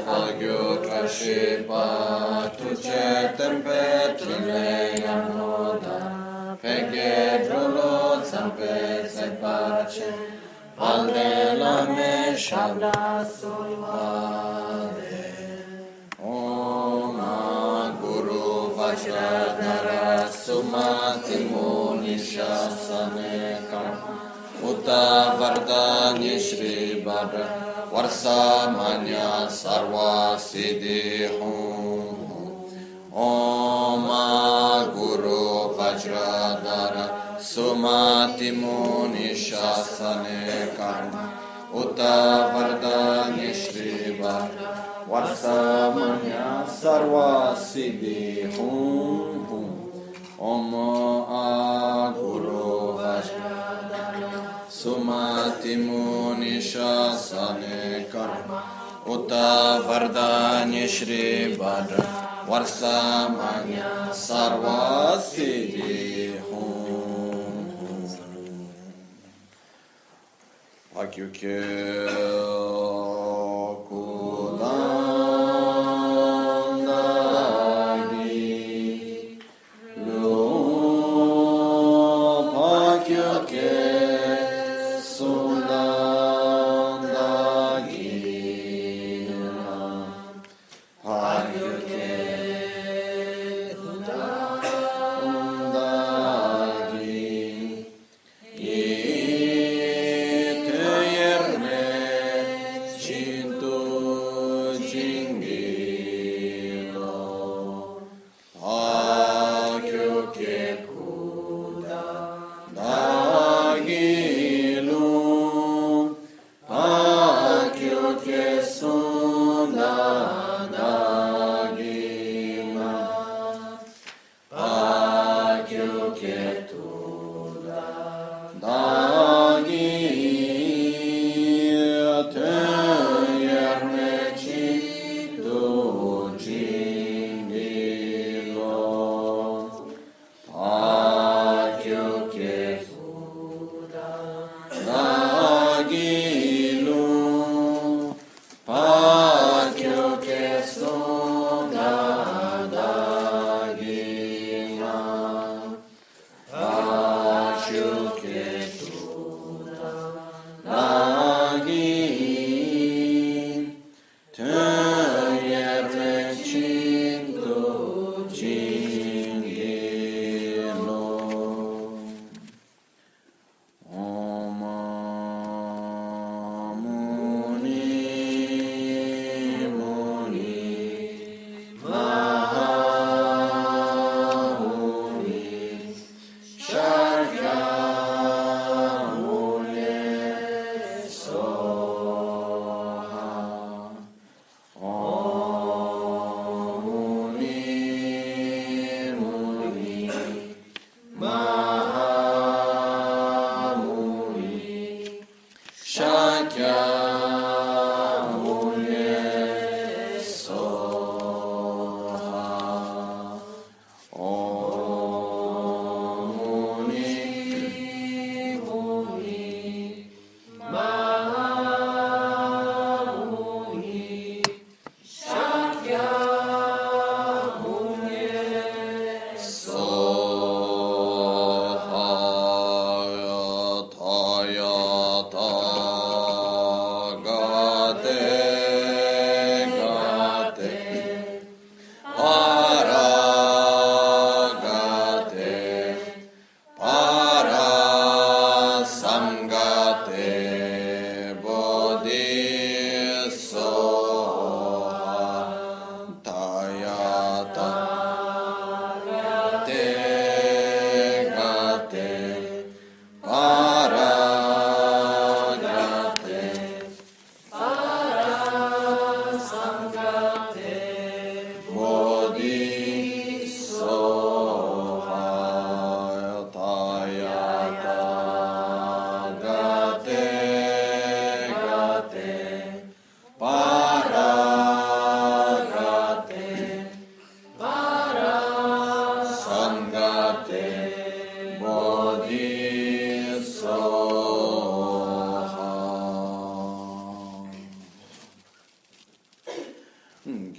Agyo Kashipa Tuche Tempe Trile Yanoda Pege Drolo Zampe Zepace Palde Lame Shabda Sulvade Om Guru Vajradhara Sumati Muni Shasane Karma Uta Vardhani Shri Bhadra Varsa Manya Sarva Siddhi Hum Om Guru Vajradhara Sumati Muni Shasane Karma Uta Vardhani Shri Bhadra Varsa Manya Sarva Siddhi Hum Om Guru Vajradhara Sumati Muni Shasane Karma Uta Vardhani Shri Bhadra Varsa Manya Sarva Siddhi Hum Pakyukye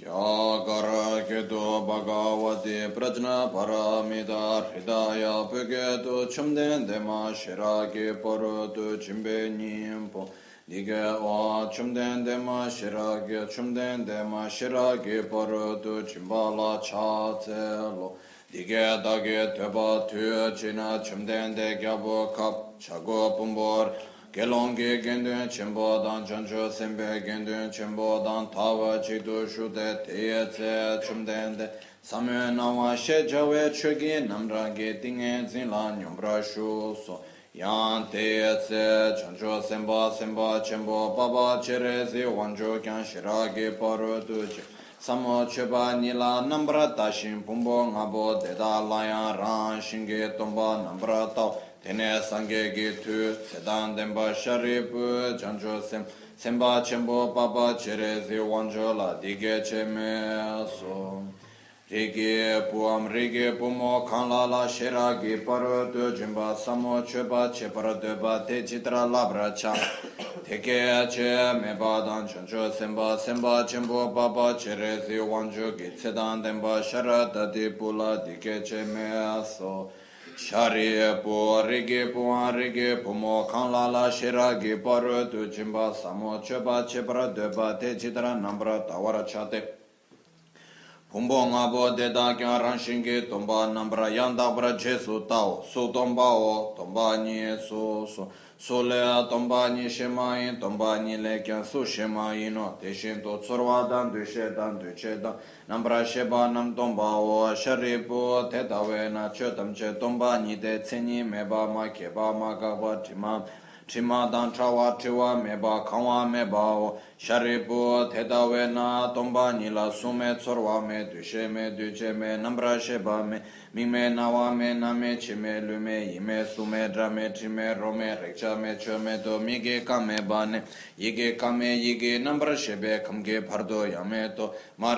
Gyagara Keto Bhagavati Prajna Paramita Hridaya Peketo Chumden Dema Shiragi Parotu Chimbe Nyimpo Diga Wa Chumden Dema Shiragi Parotu Chimbala Chatselo Diga Dagi Teba Tu China Chumden De Gyabo Kap Chago Pumbor Gelongi Gendun Chimbo Dan Chancho Sembe Gendun Chimbo Dan Tawa Chidu Shude Teye Tse Chumdende Samyo Nawa She Jawe Chugi Namrangi Tinge Zinla Nyumbra Shu So Yan Teye Tse Chancho Semba Chimbo Baba Cherezi Wanjo Kyan Shiragi Paru Tuji Samo Cheba Nila Nambra Tashin Pumbo Ngabo Deda Layan Ran Shingi Tomba Nambra Tau Tene Sange Gitu Sedan Demba Sharipu Janjo Semba Chembo Baba Cherezi Wanjola Dige Cheme So Rigi Puam Rigi Pumo Kanla La Shiragi Paro Tu Jimba Samo Cheba Chepara Deba Te Chitra Labra Cha Teke Che Mebadan Janjo Semba Chembo Baba Cherezi Wanjo Git Sedan Demba Sharata Di Pula Dige Cheme So Shari po rigi mo kanla la shiragi paru tu jimba samo cheba chebra deba te chidra nambra tawara chate Pumbo ngabo deda kya ranshingi tomba nambra yanda bra jesu tao su tomba o tomba ni su Solea tomba ni shemayin tomba ni le kya su shemayin no te shin to tsorwa dan du she dan nambra sheba nam tomba o sharipu te dawe na chotam che tomba ni de tseni meba ma keba ma gaba Chima dan chawa chiwa meba kawa meba o sharipu te dawe na tomba ni la sume tsorwa me du she me du che me nambra sheba me Mime nawa me name chime lume ime sume drame chime rome rekcha me chome to mige kame bane yige kame yige nambra shebe kamge pardo yame to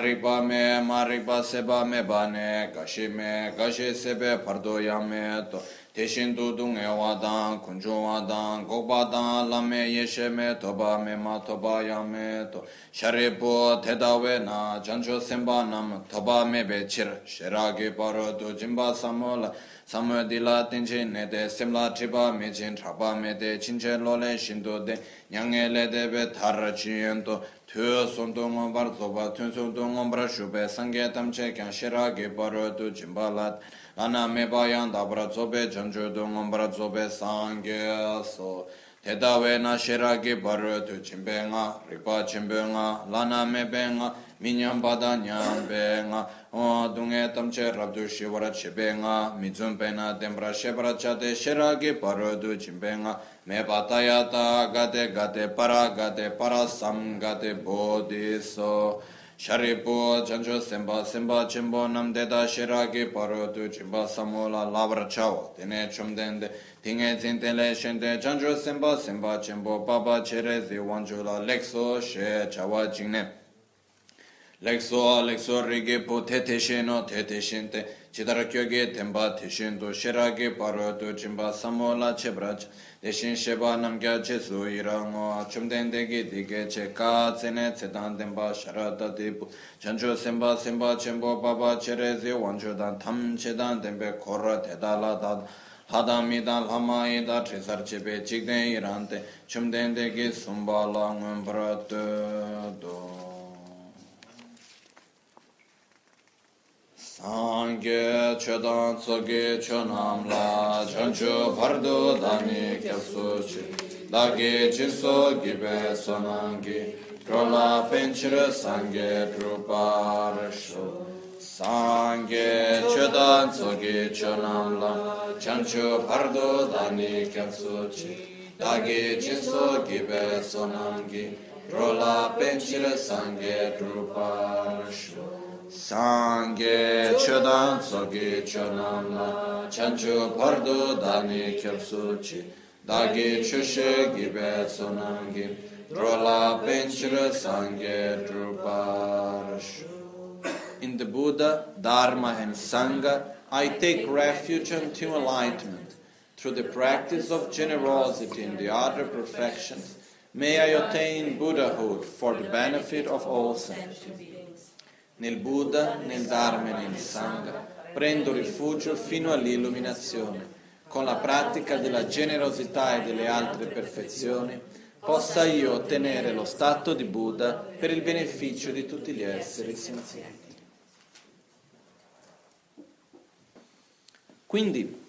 mariba seba me bane gashi sebe pardo yame to Teshin dudung ewadan kunjo wadan gokbadan lame yeshe me toba me ma toba yame to sharipo tedawe na jancho semba nam toba me bechir shiragi paro to jimba samola samola dila tinche ne de semla triba me chen traba me de chinche lole shindo de nyange le de be tar chiento tu sondong bar toba tu sondong bar shube sange tamche kyan shiragi paro to jimbalat Lana me bayan dabra zobe janjo dong ombra zobe sangye so Tedawe na shiragi baru tu chimbenga ripa chimbenga lana me benga minyam bada nyam benga dunge tamche rabdu shivara chibenga mizum pena dembra shebra chate shiragi baru tu chimbenga me batayata gade para sam gade bodhi so Sharipu janjo semba chimbo nam deda shiragi paro tu chimba samola lavra chao tene chumdende tinge zintele shende janjo semba chimbo baba cherezi wanjula lexo she chawa jingne Lexo rigi po tete shente chidara kyoge temba teshindo shiragi paro tu chimba samola chebrach Deshin sheba namgya jesu irango chumdendegi dige che ka tsene tsedan demba sharada debu chancho semba chembo baba cherezi wancho dan tam chedan dembe korra tedala dad hadamidan lama ida tresar chebe chigden irante chumdendegi sumba langun brate do Sangye chodan tsoge chonam la chancho pardo dani kyapso chi Dagi jinso gibe sonangi Trola penchira sangye druparasho Sangye chodan tsoge chonam la chancho pardo dani kyapso chi Dagi jinso gibe sonangi Trola penchira sangye druparasho Sangye chodan sogi chonam la chancho pardo dani kyapsuchi dagi chushe gibe sonangi drola penchira sangye druparashu. In the Buddha, Dharma and Sangha, I take refuge until enlightenment. Through the practice of generosity and the other perfections, may I attain Buddhahood for the benefit of all sentience. nel Buddha, nel Dharma e nel Sangha, prendo rifugio fino all'illuminazione. Con la pratica della generosità e delle altre perfezioni, possa io ottenere lo stato di Buddha per il beneficio di tutti gli esseri senzienti. Quindi,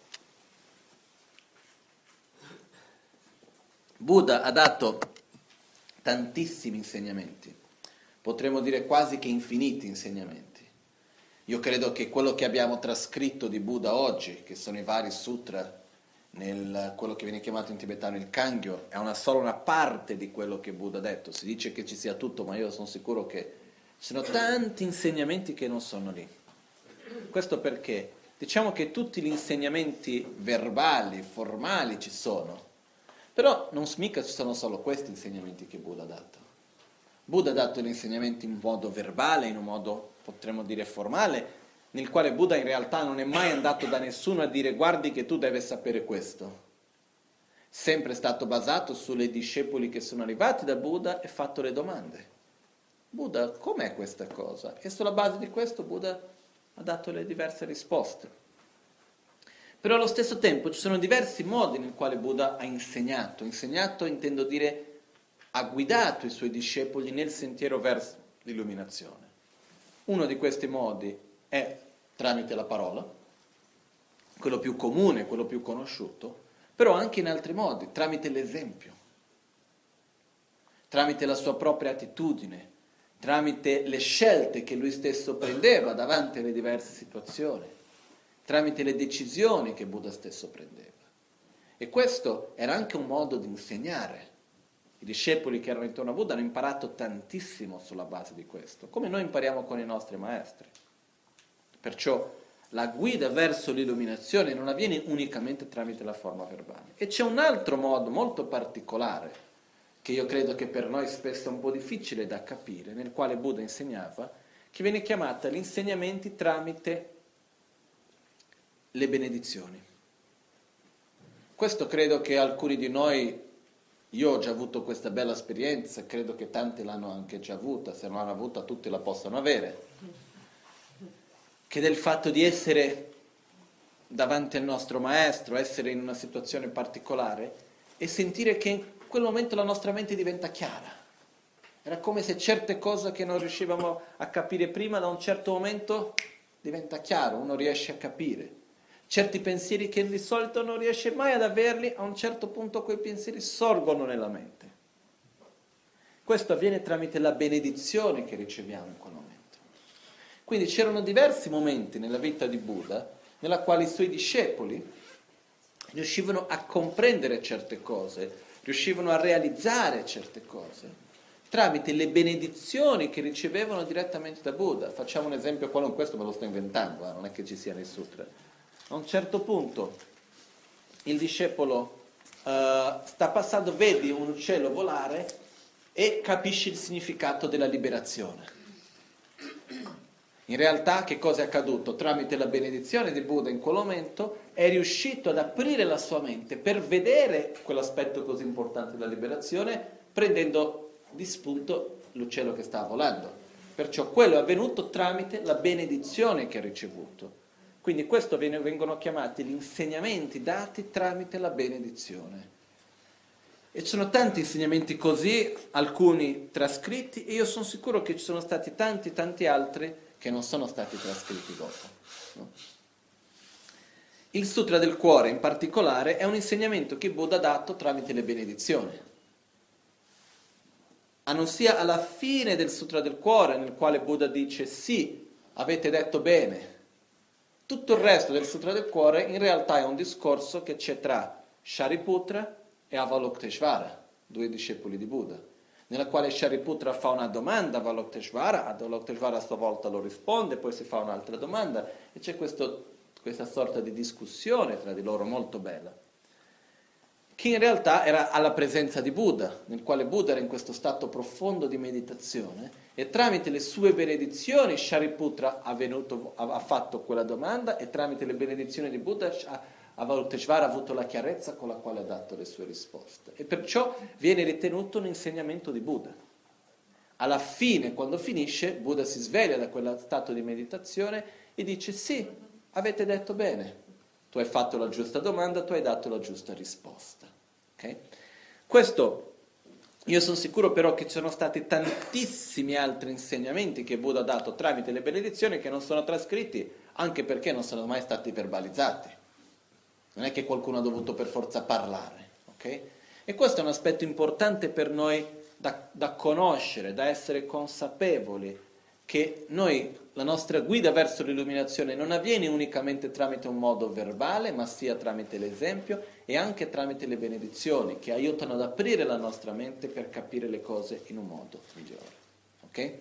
Buddha ha dato tantissimi insegnamenti, potremmo dire quasi che infiniti insegnamenti. Io credo che quello che abbiamo trascritto di Buddha oggi, che sono i vari sutra, quello che viene chiamato in tibetano il Kangyo, è solo una parte di quello che Buddha ha detto. Si dice che ci sia tutto, ma io sono sicuro che ci sono tanti insegnamenti che non sono lì. Questo perché diciamo che tutti gli insegnamenti verbali, formali ci sono, però non mica ci sono solo questi insegnamenti che Buddha ha dato. Buddha ha dato gli insegnamenti in modo verbale, in un modo, potremmo dire, formale, nel quale Buddha in realtà non è mai andato da nessuno a dire guardi che tu devi sapere questo. Sempre stato basato sulle discepoli che sono arrivati da Buddha e fatto le domande. Buddha, com'è questa cosa? E sulla base di questo Buddha ha dato le diverse risposte. Però allo stesso tempo ci sono diversi modi nel quali Buddha ha insegnato. Insegnato intendo dire ha guidato i suoi discepoli nel sentiero verso l'illuminazione. Uno di questi modi è tramite la parola, quello più comune, quello più conosciuto, però anche in altri modi, tramite l'esempio, tramite la sua propria attitudine, tramite le scelte che lui stesso prendeva davanti alle diverse situazioni, tramite le decisioni che Buddha stesso prendeva. E questo era anche un modo di insegnare. I discepoli che erano intorno a Buddha hanno imparato tantissimo sulla base di questo, come noi impariamo con i nostri maestri. Perciò la guida verso l'illuminazione non avviene unicamente tramite la forma verbale. E c'è un altro modo molto particolare, che io credo che per noi spesso è un po' difficile da capire, nel quale Buddha insegnava, che viene chiamata gli insegnamenti tramite le benedizioni. Questo credo che alcuni di noi, io ho già avuto questa bella esperienza, credo che tanti l'hanno anche già avuta, se non l'hanno avuta tutti la possono avere, che del fatto di essere davanti al nostro maestro, essere in una situazione particolare e sentire che in quel momento la nostra mente diventa chiara. Era come se certe cose che non riuscivamo a capire prima, da un certo momento diventa chiaro, uno riesce a capire. Certi pensieri che di solito non riesce mai ad averli, a un certo punto quei pensieri sorgono nella mente. Questo avviene tramite la benedizione che riceviamo in quel momento. Quindi c'erano diversi momenti nella vita di Buddha nella quale i suoi discepoli riuscivano a comprendere certe cose, riuscivano a realizzare certe cose tramite le benedizioni che ricevevano direttamente da Buddha. Facciamo un esempio, questo me lo sto inventando, non è che ci sia nei sutra. A un certo punto il discepolo sta passando, vedi un uccello volare e capisci il significato della liberazione. In realtà che cosa è accaduto? Tramite la benedizione di Buddha in quel momento è riuscito ad aprire la sua mente per vedere quell'aspetto così importante della liberazione, prendendo di spunto l'uccello che stava volando. Perciò quello è avvenuto tramite la benedizione che ha ricevuto. Quindi questo vengono chiamati gli insegnamenti dati tramite la benedizione. E ci sono tanti insegnamenti così, alcuni trascritti, e io sono sicuro che ci sono stati tanti altri che non sono stati trascritti dopo. No? Il Sutra del Cuore in particolare è un insegnamento che Buddha ha dato tramite le benedizioni. A non sia alla fine del Sutra del Cuore, nel quale Buddha dice sì, avete detto bene. Tutto il resto del Sutra del Cuore in realtà è un discorso che c'è tra Shariputra e Avalokiteshvara, due discepoli di Buddha, nella quale Shariputra fa una domanda a Avalokiteshvara a sua volta lo risponde, poi si fa un'altra domanda e c'è questa sorta di discussione tra di loro molto bella, che in realtà era alla presenza di Buddha, nel quale Buddha era in questo stato profondo di meditazione e tramite le sue benedizioni Shariputra ha fatto quella domanda e tramite le benedizioni di Buddha Avalokiteshvara ha avuto la chiarezza con la quale ha dato le sue risposte e perciò viene ritenuto un insegnamento di Buddha. Alla fine, quando finisce, Buddha si sveglia da quello stato di meditazione e dice: sì, avete detto bene, tu hai fatto la giusta domanda, tu hai dato la giusta risposta. Okay? Questo, io sono sicuro però che ci sono stati tantissimi altri insegnamenti che Buddha ha dato tramite le benedizioni che non sono trascritti, anche perché non sono mai stati verbalizzati. Non è che qualcuno ha dovuto per forza parlare. Okay? E questo è un aspetto importante per noi da conoscere, da essere consapevoli che noi, la nostra guida verso l'illuminazione non avviene unicamente tramite un modo verbale, ma sia tramite l'esempio e anche tramite le benedizioni che aiutano ad aprire la nostra mente per capire le cose in un modo migliore.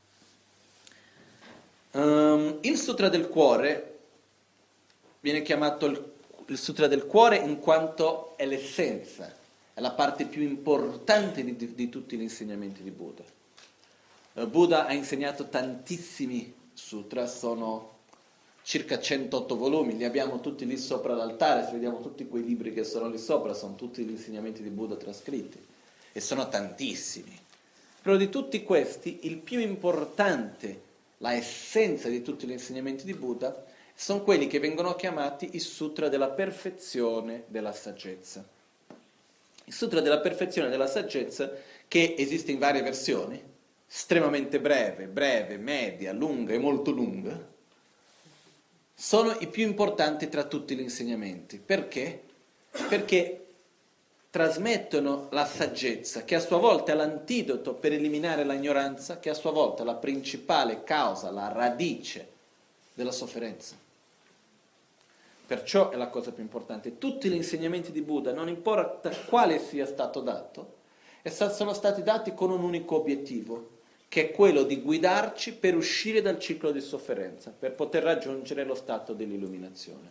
Ok? Il Sutra del Cuore viene chiamato il Sutra del Cuore in quanto è l'essenza, è la parte più importante di tutti gli insegnamenti di Buddha. Buddha ha insegnato tantissimi sutra, sono circa 108 volumi, li abbiamo tutti lì sopra l'altare, se vediamo tutti quei libri che sono lì sopra, sono tutti gli insegnamenti di Buddha trascritti, e sono tantissimi. Però di tutti questi, il più importante, la essenza di tutti gli insegnamenti di Buddha, sono quelli che vengono chiamati i sutra della perfezione della saggezza. Il sutra della perfezione della saggezza, che esiste in varie versioni, estremamente breve, media, lunga e molto lunga, sono i più importanti tra tutti gli insegnamenti. Perché? Perché trasmettono la saggezza, che a sua volta è l'antidoto per eliminare l'ignoranza, che a sua volta è la principale causa, la radice della sofferenza. Perciò è la cosa più importante. Tutti gli insegnamenti di Buddha, non importa quale sia stato dato, sono stati dati con un unico obiettivo, che è quello di guidarci per uscire dal ciclo di sofferenza, per poter raggiungere lo stato dell'illuminazione.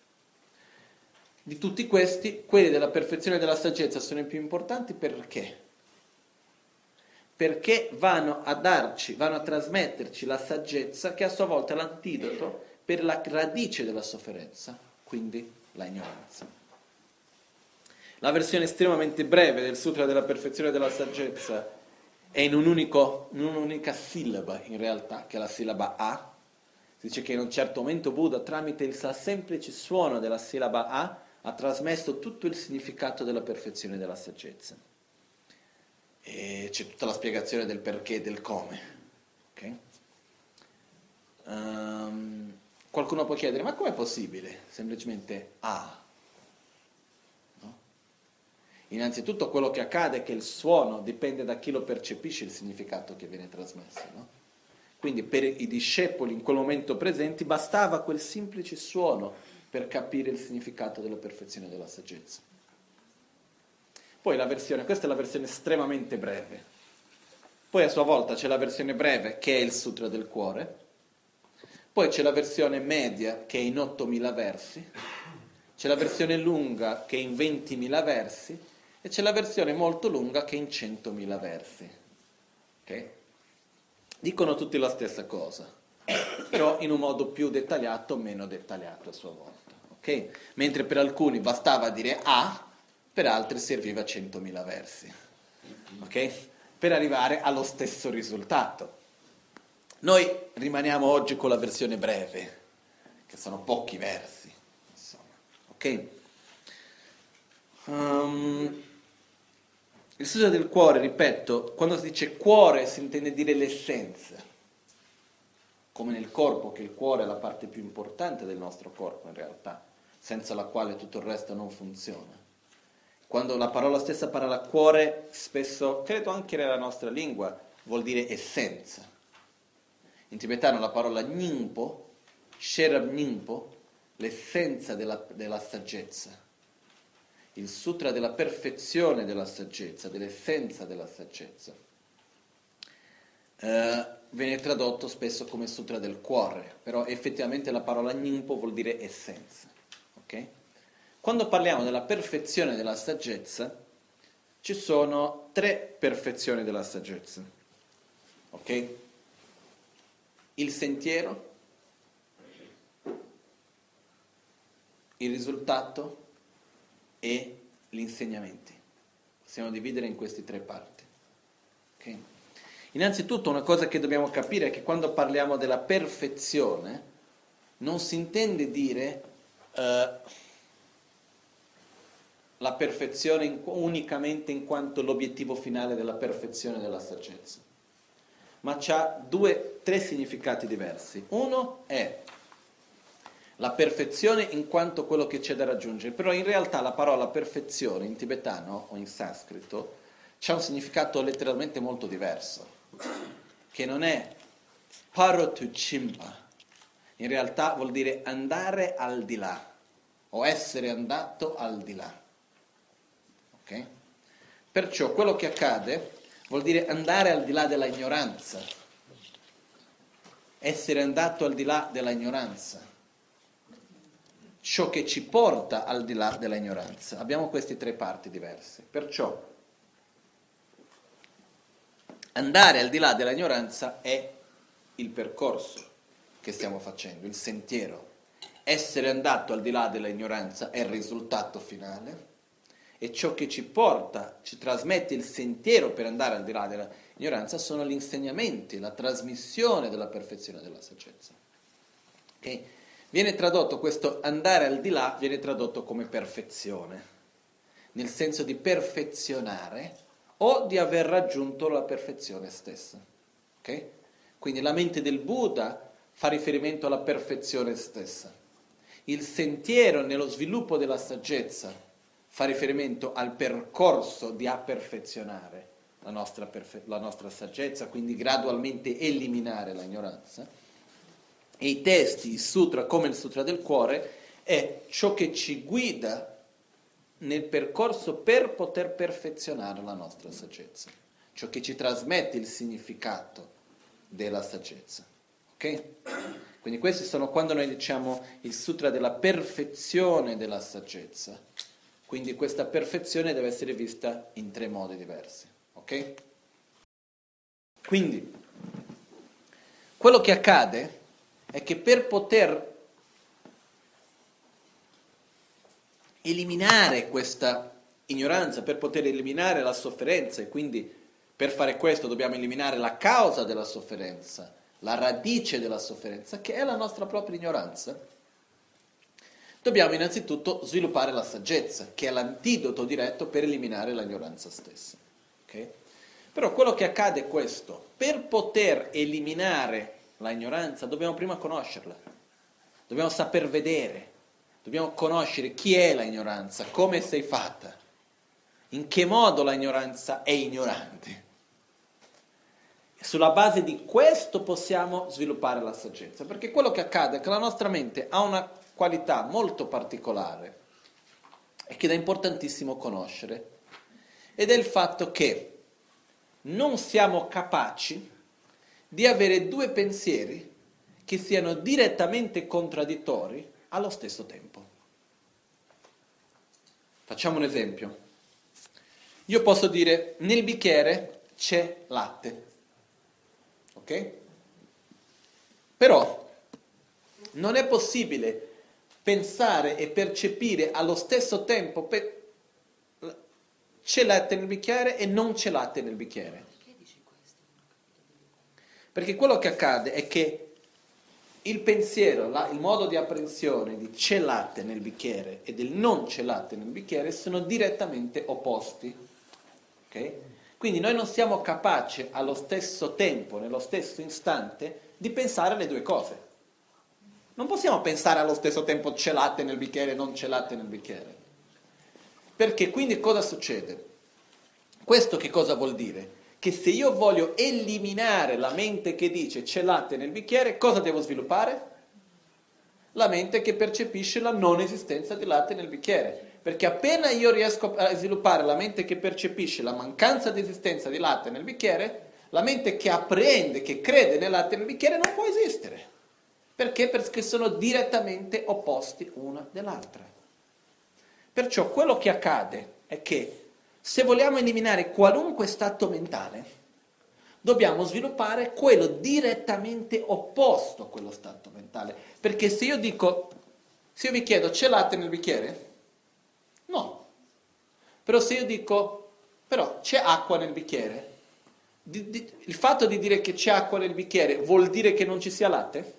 Di tutti questi, quelli della perfezione e della saggezza sono i più importanti perché? Perché vanno a trasmetterci la saggezza che a sua volta è l'antidoto per la radice della sofferenza, quindi la ignoranza. La versione estremamente breve del Sutra della perfezione della saggezza è in un'unica sillaba, in realtà, che è la sillaba A. Si dice che in un certo momento Buddha, tramite il semplice suono della sillaba A, ha trasmesso tutto il significato della perfezione della saggezza. E c'è tutta la spiegazione del perché e del come. Okay? Qualcuno può chiedere, ma com'è possibile? Semplicemente A. No? Innanzitutto quello che accade è che il suono dipende da chi lo percepisce il significato che viene trasmesso. No? Quindi per i discepoli in quel momento presenti bastava quel semplice suono per capire il significato della perfezione della saggezza. Poi questa è la versione estremamente breve. Poi a sua volta c'è la versione breve che è il Sutra del Cuore. Poi c'è la versione media che è in 8.000 versi. C'è la versione lunga che è in 20.000 versi. E c'è la versione molto lunga che è in 100.000 versi. Ok? Dicono tutti la stessa cosa, però in un modo più dettagliato o meno dettagliato a sua volta. Okay? Mentre per alcuni bastava dire A, per altri serviva 100.000 versi. Okay? Per arrivare allo stesso risultato. Noi rimaniamo oggi con la versione breve, che sono pochi versi. Insomma. Ok? Il Sutra del Cuore, ripeto, quando si dice cuore si intende dire l'essenza, come nel corpo, che il cuore è la parte più importante del nostro corpo in realtà, senza la quale tutto il resto non funziona. Quando la stessa parola cuore, spesso, credo anche nella nostra lingua, vuol dire essenza. In tibetano la parola nyingpo, sherab nyingpo, l'essenza della saggezza. Il sutra della perfezione della saggezza, dell'essenza della saggezza, viene tradotto spesso come sutra del cuore, però effettivamente la parola nyingpo vuol dire essenza. Okay? Quando parliamo della perfezione della saggezza, ci sono 3 perfezioni della saggezza. Ok? Il sentiero, il risultato e gli insegnamenti. Possiamo dividere in queste 3 parti. Okay? Innanzitutto una cosa che dobbiamo capire è che quando parliamo della perfezione non si intende dire la perfezione unicamente in quanto l'obiettivo finale della perfezione della saggezza, ma c'ha tre significati diversi. Uno è la perfezione in quanto quello che c'è da raggiungere, però in realtà la parola perfezione in tibetano o in sanscrito c'ha un significato letteralmente molto diverso, che non è parotuchimpa, in realtà vuol dire andare al di là o essere andato al di là. Ok? Perciò quello che accade vuol dire andare al di là della ignoranza, essere andato al di là della ignoranza, ciò che ci porta al di là della ignoranza. Abbiamo queste tre parti diverse. Perciò andare al di là della ignoranza è il percorso che stiamo facendo, il sentiero. Essere andato al di là della ignoranza è il risultato finale e ciò che ci porta, ci trasmette il sentiero per andare al di là dell'ignoranza sono gli insegnamenti, la trasmissione della perfezione della saggezza. Ok? Viene tradotto questo andare al di là, viene tradotto come perfezione, nel senso di perfezionare o di aver raggiunto la perfezione stessa. Okay? Quindi la mente del Buddha fa riferimento alla perfezione stessa. Il sentiero nello sviluppo della saggezza fa riferimento al percorso di apperfezionare la nostra saggezza, quindi gradualmente eliminare l'ignoranza. E i testi, il sutra come il sutra del cuore, è ciò che ci guida nel percorso per poter perfezionare la nostra saggezza, ciò che ci trasmette il significato della saggezza. Ok? Quindi questi sono quando noi diciamo il sutra della perfezione della saggezza. Quindi questa perfezione deve essere vista in tre modi diversi. Ok? Quindi quello che accade è che per poter eliminare questa ignoranza, per poter eliminare la sofferenza, e quindi per fare questo dobbiamo eliminare la causa della sofferenza, la radice della sofferenza, che è la nostra propria ignoranza, dobbiamo innanzitutto sviluppare la saggezza, che è l'antidoto diretto per eliminare l'ignoranza stessa. Okay? Però quello che accade è questo: per poter eliminare la ignoranza dobbiamo prima conoscerla, dobbiamo saper vedere, dobbiamo conoscere chi è la ignoranza, come sei fatta, in che modo la ignoranza è ignorante. Sulla base di questo possiamo sviluppare la saggezza, perché quello che accade è che la nostra mente ha una qualità molto particolare e che è importantissimo conoscere, ed è il fatto che non siamo capaci di avere due pensieri che siano direttamente contraddittori allo stesso tempo. Facciamo un esempio. Io posso dire: nel bicchiere c'è latte. Ok? Però non è possibile pensare e percepire allo stesso tempo c'è latte nel bicchiere e non c'è latte nel bicchiere. Perché quello che accade è che il pensiero, il modo di apprensione di c'è latte nel bicchiere e del non c'è latte nel bicchiere sono direttamente opposti. Ok? Quindi noi non siamo capaci allo stesso tempo, nello stesso istante, di pensare alle due cose. Non possiamo pensare allo stesso tempo c'è latte nel bicchiere e non c'è latte nel bicchiere. Perché quindi cosa succede? Questo che cosa vuol dire? Che se io voglio eliminare la mente che dice c'è latte nel bicchiere, cosa devo sviluppare? La mente che percepisce la non esistenza di latte nel bicchiere. Perché appena io riesco a sviluppare la mente che percepisce la mancanza di esistenza di latte nel bicchiere, la mente che apprende, che crede nel latte nel bicchiere non può esistere. Perché? Perché sono direttamente opposti una dell'altra. Perciò quello che accade è che se vogliamo eliminare qualunque stato mentale, dobbiamo sviluppare quello direttamente opposto a quello stato mentale. Perché se io vi chiedo c'è latte nel bicchiere? No. Però se io dico però c'è acqua nel bicchiere? il fatto di dire che c'è acqua nel bicchiere vuol dire che non ci sia latte?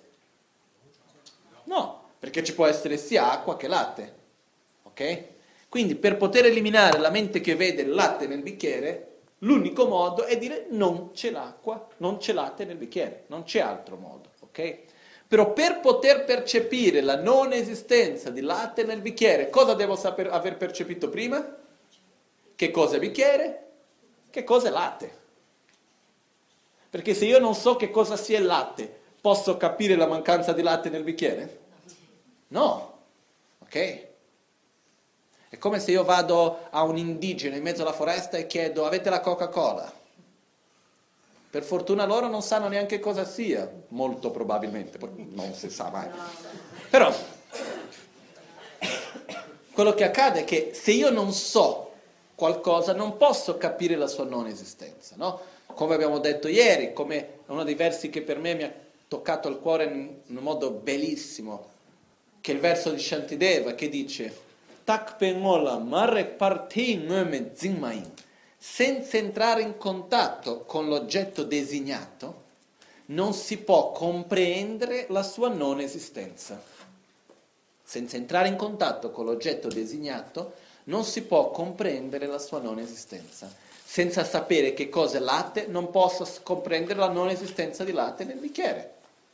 No, perché ci può essere sia acqua che latte. Ok? Quindi per poter eliminare la mente che vede il latte nel bicchiere, l'unico modo è dire non c'è l'acqua, non c'è latte nel bicchiere, non c'è altro modo. Ok? Però per poter percepire la non esistenza di latte nel bicchiere, cosa devo aver percepito prima? Che cosa è bicchiere? Che cosa è latte? Perché se io non so che cosa sia il latte, posso capire la mancanza di latte nel bicchiere? No. Ok? È come se io vado a un indigeno in mezzo alla foresta e chiedo: avete la Coca-Cola? Per fortuna loro non sanno neanche cosa sia, molto probabilmente, poi non si sa mai. Però quello che accade è che se io non so qualcosa non posso capire la sua non esistenza, no? Come abbiamo detto ieri, come uno dei versi che per me mi ha toccato il cuore in un modo bellissimo, che è il verso di Shantideva, che dice: Tak pengola marek partei nome zingmain. Senza entrare in contatto con l'oggetto designato, non si può comprendere la sua non esistenza. Senza entrare in contatto con l'oggetto designato, non si può comprendere la sua non esistenza. Senza sapere che cosa è latte, non posso comprendere la non esistenza di latte nel bicchiere.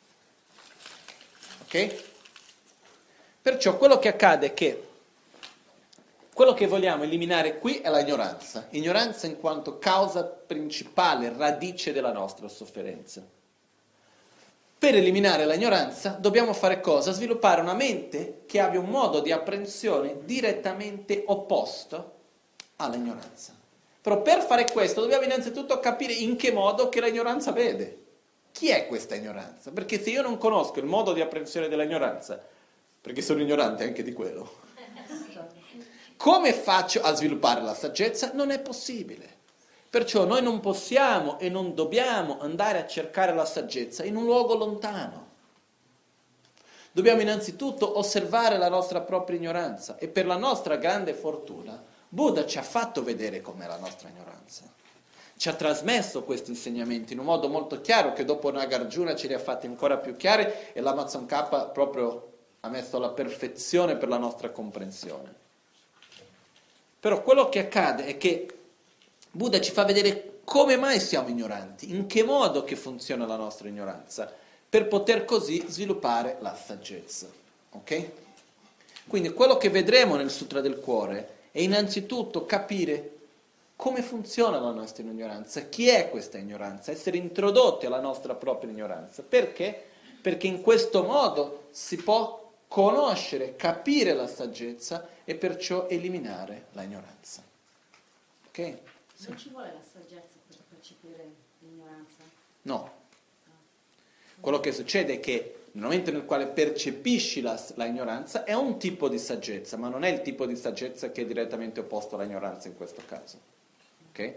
Ok? Perciò quello che accade è che quello che vogliamo eliminare qui è la ignoranza. Ignoranza in quanto causa principale, radice della nostra sofferenza. Per eliminare l'ignoranza dobbiamo fare cosa? Sviluppare una mente che abbia un modo di apprensione direttamente opposto all'ignoranza. Però per fare questo dobbiamo innanzitutto capire in che modo che l'ignoranza vede. Chi è questa ignoranza? Perché se io non conosco il modo di apprensione dell'ignoranza, perché sono ignorante anche di quello, come faccio a sviluppare la saggezza? Non è possibile. Perciò noi non possiamo e non dobbiamo andare a cercare la saggezza in un luogo lontano. Dobbiamo innanzitutto osservare la nostra propria ignoranza e per la nostra grande fortuna Buddha ci ha fatto vedere com'è la nostra ignoranza. Ci ha trasmesso questi insegnamenti in un modo molto chiaro che dopo Nagarjuna ce li ha fatti ancora più chiari e l'Amazon K proprio ha messo alla perfezione per la nostra comprensione. Però quello che accade è che Buddha ci fa vedere come mai siamo ignoranti, in che modo che funziona la nostra ignoranza, per poter così sviluppare la saggezza. Ok? Quindi quello che vedremo nel Sutra del Cuore è innanzitutto capire come funziona la nostra ignoranza, chi è questa ignoranza, essere introdotti alla nostra propria ignoranza. Perché? Perché in questo modo si può conoscere, capire la saggezza e perciò eliminare la ignoranza. Ok? Sì. Non ci vuole la saggezza per percepire l'ignoranza? No. Quello che succede è che nel momento nel quale percepisci la ignoranza è un tipo di saggezza, ma non è il tipo di saggezza che è direttamente opposto all'ignoranza in questo caso. Ok?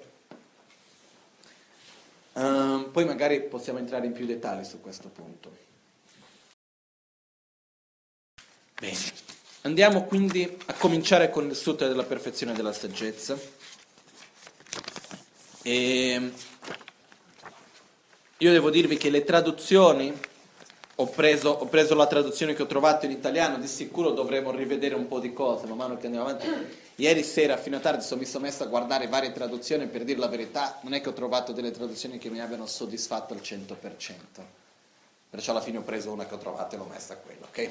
Poi magari possiamo entrare in più dettagli su questo punto. Bene, andiamo quindi a cominciare con il Sutra della perfezione della saggezza. E io devo dirvi che le traduzioni, ho preso la traduzione che ho trovato in italiano, di sicuro dovremo rivedere un po' di cose man mano che andiamo avanti. Ieri sera fino a tardi mi sono messo a guardare varie traduzioni, per dire la verità non è che ho trovato delle traduzioni che mi abbiano soddisfatto al 100%. Perciò alla fine ho preso una che ho trovato e l'ho messa a quella, ok?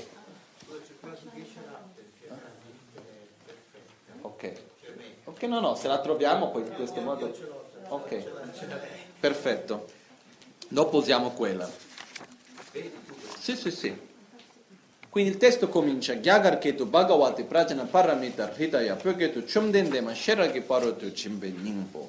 Ok, no, se la troviamo poi in questo modo. Ok, perfetto. Dopo usiamo quella. Sì. Quindi il testo comincia: Gyagar Ketu Bhagavati Prajana Paramita Hridaya Pyoketu Chumdendema Sheragi Parotu Chimbe Nyingpo.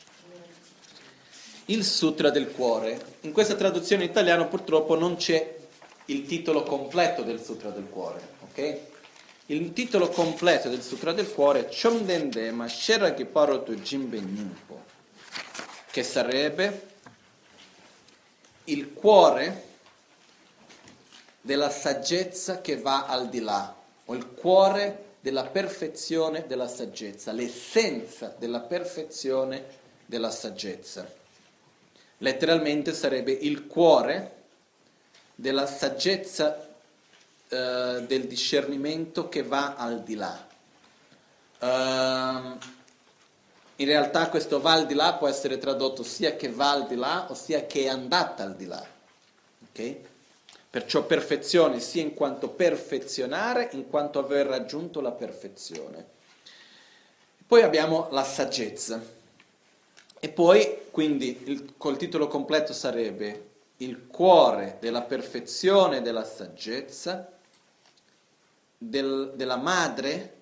Il Sutra del Cuore. In questa traduzione in italiano purtroppo non c'è il titolo completo del Sutra del Cuore, ok? Il titolo completo del Sutra del Cuore è Chomdendema Sheragi Parotu Jimbe Nyingpo, che sarebbe il cuore della saggezza che va al di là, o il cuore della perfezione della saggezza, l'essenza della perfezione della saggezza. letteralmente sarebbe il cuore della saggezza del discernimento che va al di là. In realtà questo va al di là può essere tradotto sia che va al di là o sia che è andata al di là. Ok? Perciò perfezione sia in quanto perfezionare, in quanto aver raggiunto la perfezione. Poi abbiamo la saggezza. E poi, quindi, col titolo completo sarebbe il cuore della perfezione della saggezza, della madre,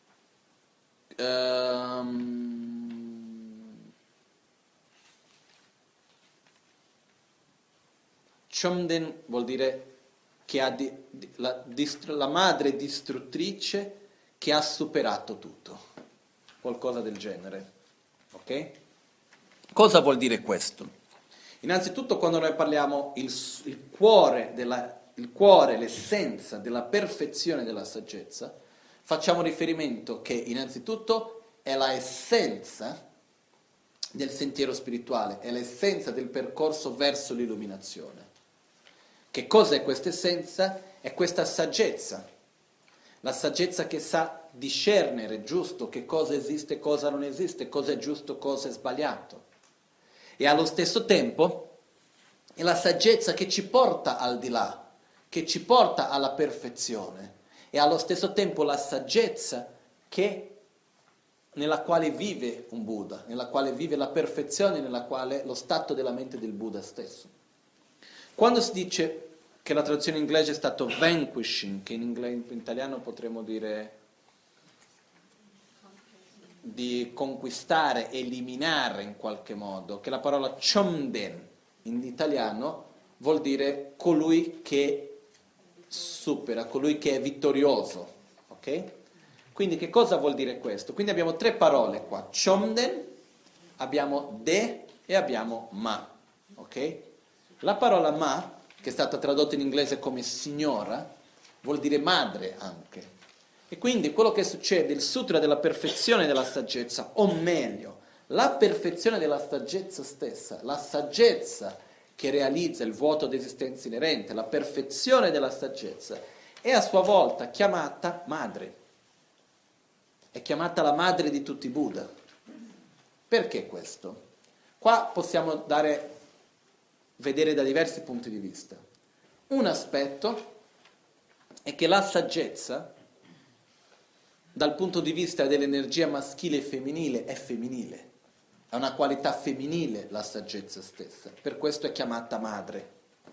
Chomden vuol dire che ha la madre distruttrice che ha superato tutto, qualcosa del genere. Ok? Cosa vuol dire questo? Innanzitutto quando noi parliamo il cuore, l'essenza della perfezione della saggezza, facciamo riferimento che innanzitutto è la essenza del sentiero spirituale, è l'essenza del percorso verso l'illuminazione. Che cosa è questa essenza? È questa saggezza, la saggezza che sa discernere giusto che cosa esiste e cosa non esiste, cosa è giusto, cosa è sbagliato. E allo stesso tempo è la saggezza che ci porta al di là, che ci porta alla perfezione, e allo stesso tempo la saggezza nella quale vive un Buddha, nella quale vive la perfezione, nella quale lo stato della mente del Buddha stesso. Quando si dice che la traduzione in inglese è stato vanquishing, che in italiano potremmo dire di conquistare, eliminare in qualche modo, che la parola chomden in italiano vuol dire colui che supera, colui che è vittorioso, ok? Quindi che cosa vuol dire questo? Quindi abbiamo tre parole qua, chomden, abbiamo de e abbiamo ma, ok? La parola ma, che è stata tradotta in inglese come signora, vuol dire madre anche. E quindi quello che succede, il sutra della perfezione della saggezza, o meglio, la perfezione della saggezza stessa, la saggezza che realizza il vuoto d'esistenza inerente, la perfezione della saggezza, è a sua volta chiamata madre. È chiamata la madre di tutti i Buddha. Perché questo? Qua possiamo vedere da diversi punti di vista. Un aspetto è che la saggezza, dal punto di vista dell'energia maschile e femminile, è femminile. È una qualità femminile la saggezza stessa, per questo è chiamata madre.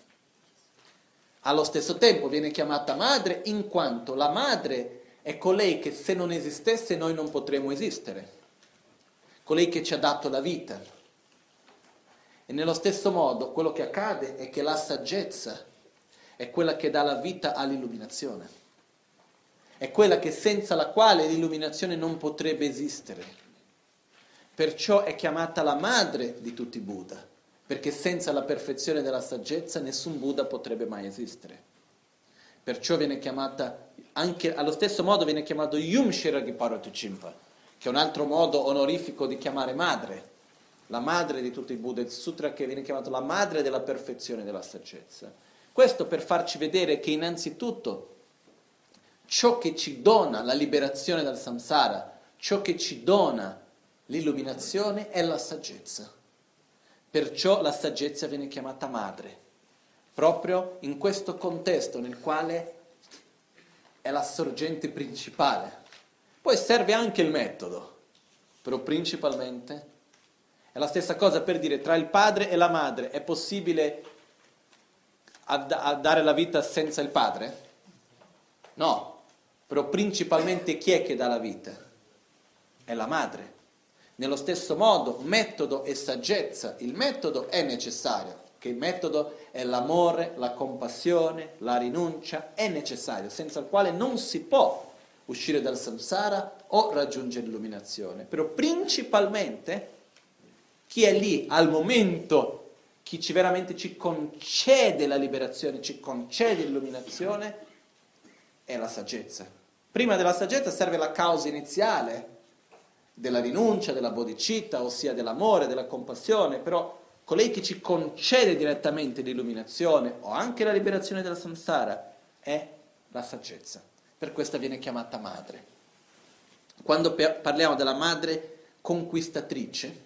Allo stesso tempo viene chiamata madre in quanto la madre è colei che se non esistesse noi non potremmo esistere, colei che ci ha dato la vita. E nello stesso modo quello che accade è che la saggezza è quella che dà la vita all'illuminazione, è quella che senza la quale l'illuminazione non potrebbe esistere. Perciò è chiamata la madre di tutti i Buddha, perché senza la perfezione della saggezza nessun Buddha potrebbe mai esistere. Perciò viene chiamata, anche allo stesso modo viene chiamato Yum Shiragi Paratuchimpa, che è un altro modo onorifico di chiamare madre, la madre di tutti i Buddha, il sutra che viene chiamato la madre della perfezione della saggezza. Questo per farci vedere che innanzitutto ciò che ci dona la liberazione dal samsara, ciò che ci dona l'illuminazione è la saggezza. Perciò la saggezza viene chiamata madre, proprio in questo contesto nel quale è la sorgente principale. Poi serve anche il metodo, però principalmente è la stessa cosa per dire tra il padre e la madre. È possibile dare la vita senza il padre? No, però principalmente chi è che dà la vita? È la madre. Nello stesso modo, metodo e saggezza, il metodo è necessario, che il metodo è l'amore, la compassione, la rinuncia, è necessario, senza il quale non si può uscire dal samsara o raggiungere l'illuminazione. Però principalmente chi è lì al momento, chi veramente ci concede la liberazione, ci concede l'illuminazione, è la saggezza. Prima della saggezza serve la causa iniziale della rinuncia, della bodhicitta, ossia dell'amore, della compassione, però colei che ci concede direttamente l'illuminazione o anche la liberazione dalla samsara, è la saggezza. Per questo viene chiamata madre. Quando parliamo della madre conquistatrice,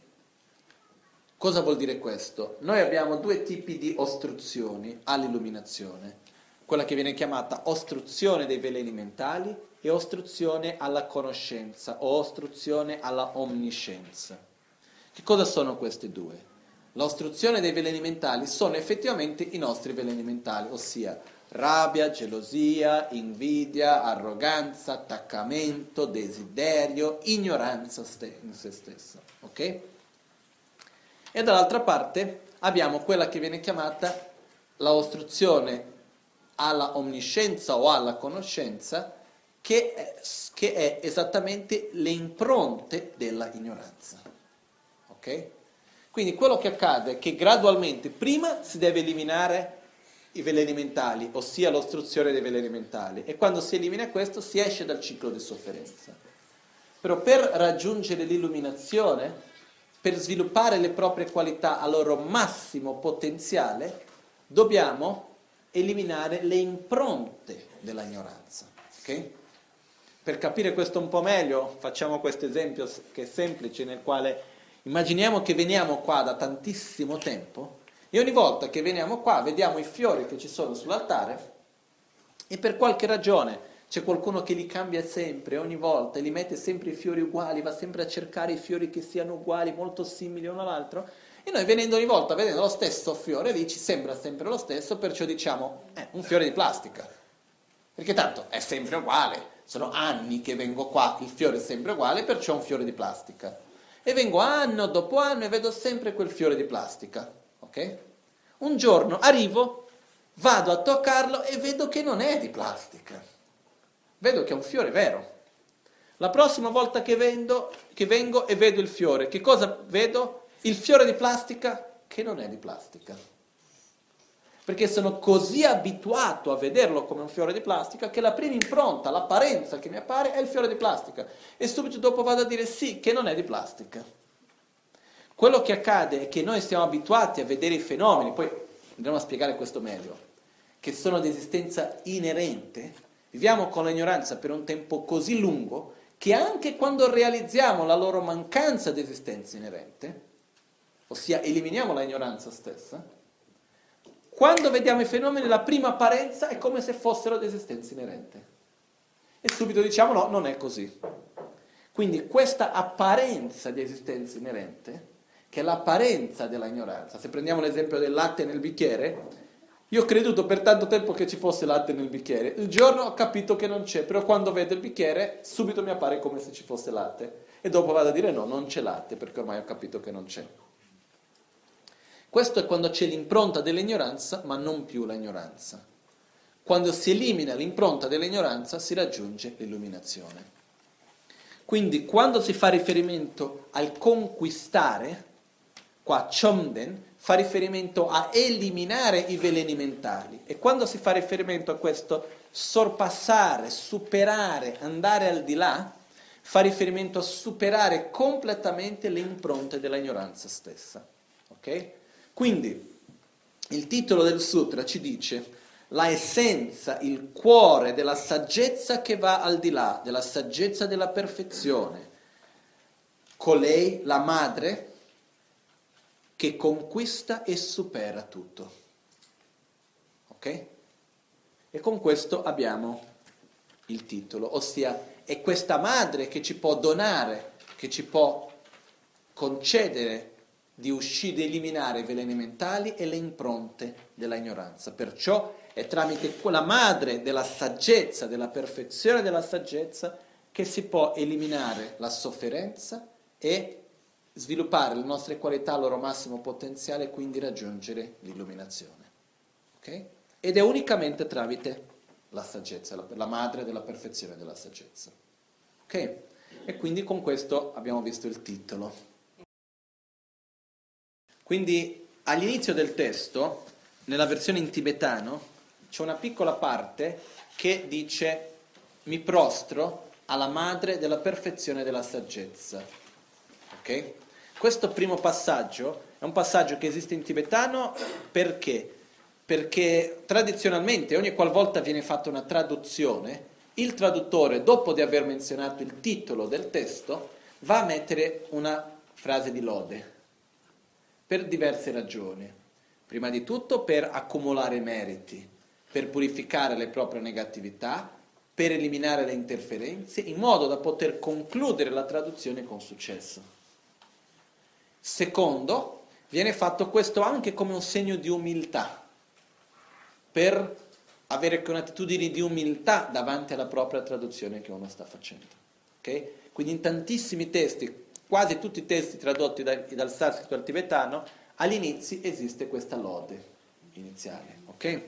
cosa vuol dire questo? Noi abbiamo due tipi di ostruzioni all'illuminazione. Quella che viene chiamata ostruzione dei veleni mentali e ostruzione alla conoscenza o ostruzione alla omniscienza. Che cosa sono queste due? L'ostruzione dei veleni mentali sono effettivamente i nostri veleni mentali, ossia rabbia, gelosia, invidia, arroganza, attaccamento, desiderio, ignoranza in se stessa. Ok? E dall'altra parte abbiamo quella che viene chiamata la ostruzione alla omniscienza o alla conoscenza, che è esattamente le impronte della ignoranza. Ok? Quindi quello che accade è che gradualmente prima si deve eliminare i veleni mentali, ossia l'ostruzione dei veleni mentali, e quando si elimina questo si esce dal ciclo di sofferenza. Però per raggiungere l'illuminazione, per sviluppare le proprie qualità al loro massimo potenziale, dobbiamo eliminare le impronte della ignoranza. Okay? Per capire questo un po' meglio, facciamo questo esempio che è semplice, nel quale immaginiamo che veniamo qua da tantissimo tempo e ogni volta che veniamo qua vediamo i fiori che ci sono sull'altare e per qualche ragione c'è qualcuno che li cambia sempre, ogni volta, e li mette sempre i fiori uguali, va sempre a cercare i fiori che siano uguali, molto simili uno all'altro, e noi venendo ogni volta, vedendo lo stesso fiore lì, ci sembra sempre lo stesso, perciò diciamo, un fiore di plastica, perché tanto è sempre uguale, sono anni che vengo qua, il fiore è sempre uguale, perciò è un fiore di plastica. E vengo anno dopo anno e vedo sempre quel fiore di plastica, ok? Un giorno arrivo, vado a toccarlo e vedo che non è di plastica, vedo che è un fiore vero. La prossima volta che vengo e vedo il fiore, che cosa vedo? Il fiore di plastica che non è di plastica. Perché sono così abituato a vederlo come un fiore di plastica che la prima impronta, l'apparenza che mi appare è il fiore di plastica. E subito dopo vado a dire sì, che non è di plastica. Quello che accade è che noi siamo abituati a vedere i fenomeni, poi andremo a spiegare questo meglio, che sono di esistenza inerente. Viviamo con l'ignoranza per un tempo così lungo che anche quando realizziamo la loro mancanza di esistenza inerente, ossia eliminiamo la ignoranza stessa, quando vediamo i fenomeni la prima apparenza è come se fossero di esistenza inerente. E subito diciamo no, non è così. Quindi questa apparenza di esistenza inerente, che è l'apparenza della ignoranza, se prendiamo l'esempio del latte nel bicchiere, io ho creduto per tanto tempo che ci fosse latte nel bicchiere, il giorno ho capito che non c'è, però quando vedo il bicchiere subito mi appare come se ci fosse latte e dopo vado a dire no, non c'è latte perché ormai ho capito che non c'è. Questo è quando c'è l'impronta dell'ignoranza ma non più l'ignoranza. Quando si elimina l'impronta dell'ignoranza si raggiunge l'illuminazione. Quindi quando si fa riferimento al conquistare, qua Chomden fa riferimento a eliminare i veleni mentali, e quando si fa riferimento a questo sorpassare, superare, andare al di là, fa riferimento a superare completamente le impronte della ignoranza stessa. Ok? Quindi il titolo del sutra ci dice la essenza, il cuore della saggezza che va al di là, della saggezza della perfezione, colei, la madre, che conquista e supera tutto. Ok? E con questo abbiamo il titolo, ossia è questa madre che ci può donare, che ci può concedere di uscire, di eliminare i veleni mentali e le impronte della ignoranza. Perciò è tramite quella madre della saggezza, della perfezione della saggezza, che si può eliminare la sofferenza e sviluppare le nostre qualità al loro massimo potenziale e quindi raggiungere l'illuminazione. Ok? Ed è unicamente tramite la saggezza, la madre della perfezione della saggezza. Ok? E quindi con questo abbiamo visto il titolo. Quindi all'inizio del testo, nella versione in tibetano, c'è una piccola parte che dice mi prostro alla madre della perfezione della saggezza. Ok? Questo primo passaggio è un passaggio che esiste in tibetano perché? Perché tradizionalmente ogni qualvolta viene fatta una traduzione, il traduttore, dopo di aver menzionato il titolo del testo, va a mettere una frase di lode, per diverse ragioni. Prima di tutto per accumulare meriti, per purificare le proprie negatività, per eliminare le interferenze, in modo da poter concludere la traduzione con successo. Secondo, viene fatto questo anche come un segno di umiltà, per avere un'attitudine di umiltà davanti alla propria traduzione che uno sta facendo. Okay? Quindi in tantissimi testi, quasi tutti i testi tradotti dal sanscrito al tibetano, all'inizio esiste questa lode iniziale. Ok?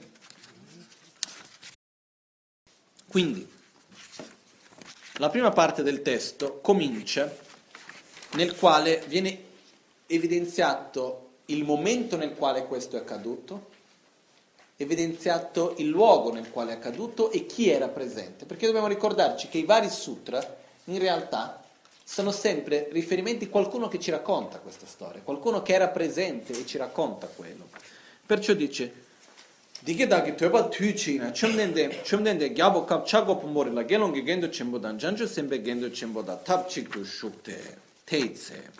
Quindi, la prima parte del testo comincia nel quale viene evidenziato il momento nel quale questo è accaduto, evidenziato il luogo nel quale è accaduto e chi era presente, perché dobbiamo ricordarci che i vari sutra in realtà sono sempre riferimenti a qualcuno che ci racconta questa storia, qualcuno che era presente e ci racconta quello. Perciò dice Digedagi Töba Tüchina Chumdende Gyabo Kap Chago Pumorila Gelongi Gendo Chembodan Janjo Sembe Gendo Chemboda Tapchiktu Shukte Teize.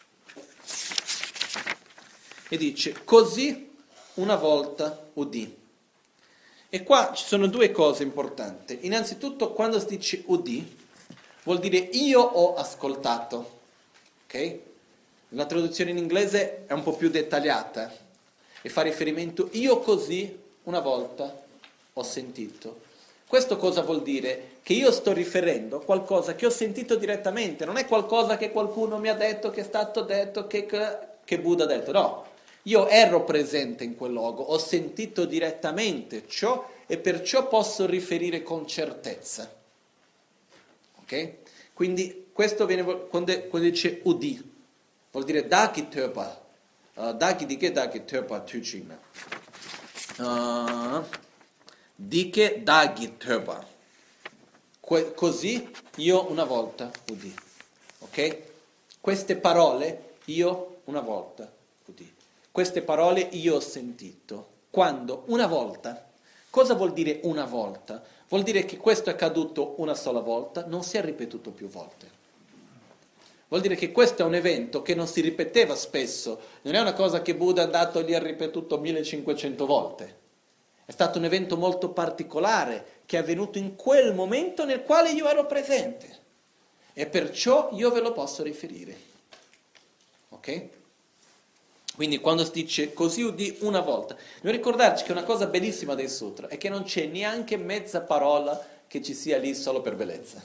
E dice così una volta udì. E qua ci sono due cose importanti. Innanzitutto quando si dice udì vuol dire io ho ascoltato. Ok? La traduzione in inglese è un po' più dettagliata e fa riferimento io così una volta ho sentito. Questo cosa vuol dire? Che io sto riferendo a qualcosa che ho sentito direttamente, non è qualcosa che qualcuno mi ha detto, che è stato detto, che Buddha ha detto, no. Io ero presente in quel luogo, ho sentito direttamente ciò e perciò posso riferire con certezza. Ok? Quindi questo viene quando dice udi, vuol dire daki töpa, daki dike daki töpa tucina. Dike dagi töpa. Così io una volta udì. Ok? Queste parole io una volta udì. Queste parole io ho sentito. Quando? Una volta. Cosa vuol dire una volta? Vuol dire che questo è accaduto una sola volta, non si è ripetuto più volte. Vuol dire che questo è un evento che non si ripeteva spesso, non è una cosa che Buddha è andato lì e ha ripetuto 1500 volte. È stato un evento molto particolare che è avvenuto in quel momento nel quale io ero presente. E perciò io ve lo posso riferire. Ok? Quindi quando si dice così udì una volta, dobbiamo ricordarci che una cosa bellissima dei sutra è che non c'è neanche mezza parola che ci sia lì solo per bellezza.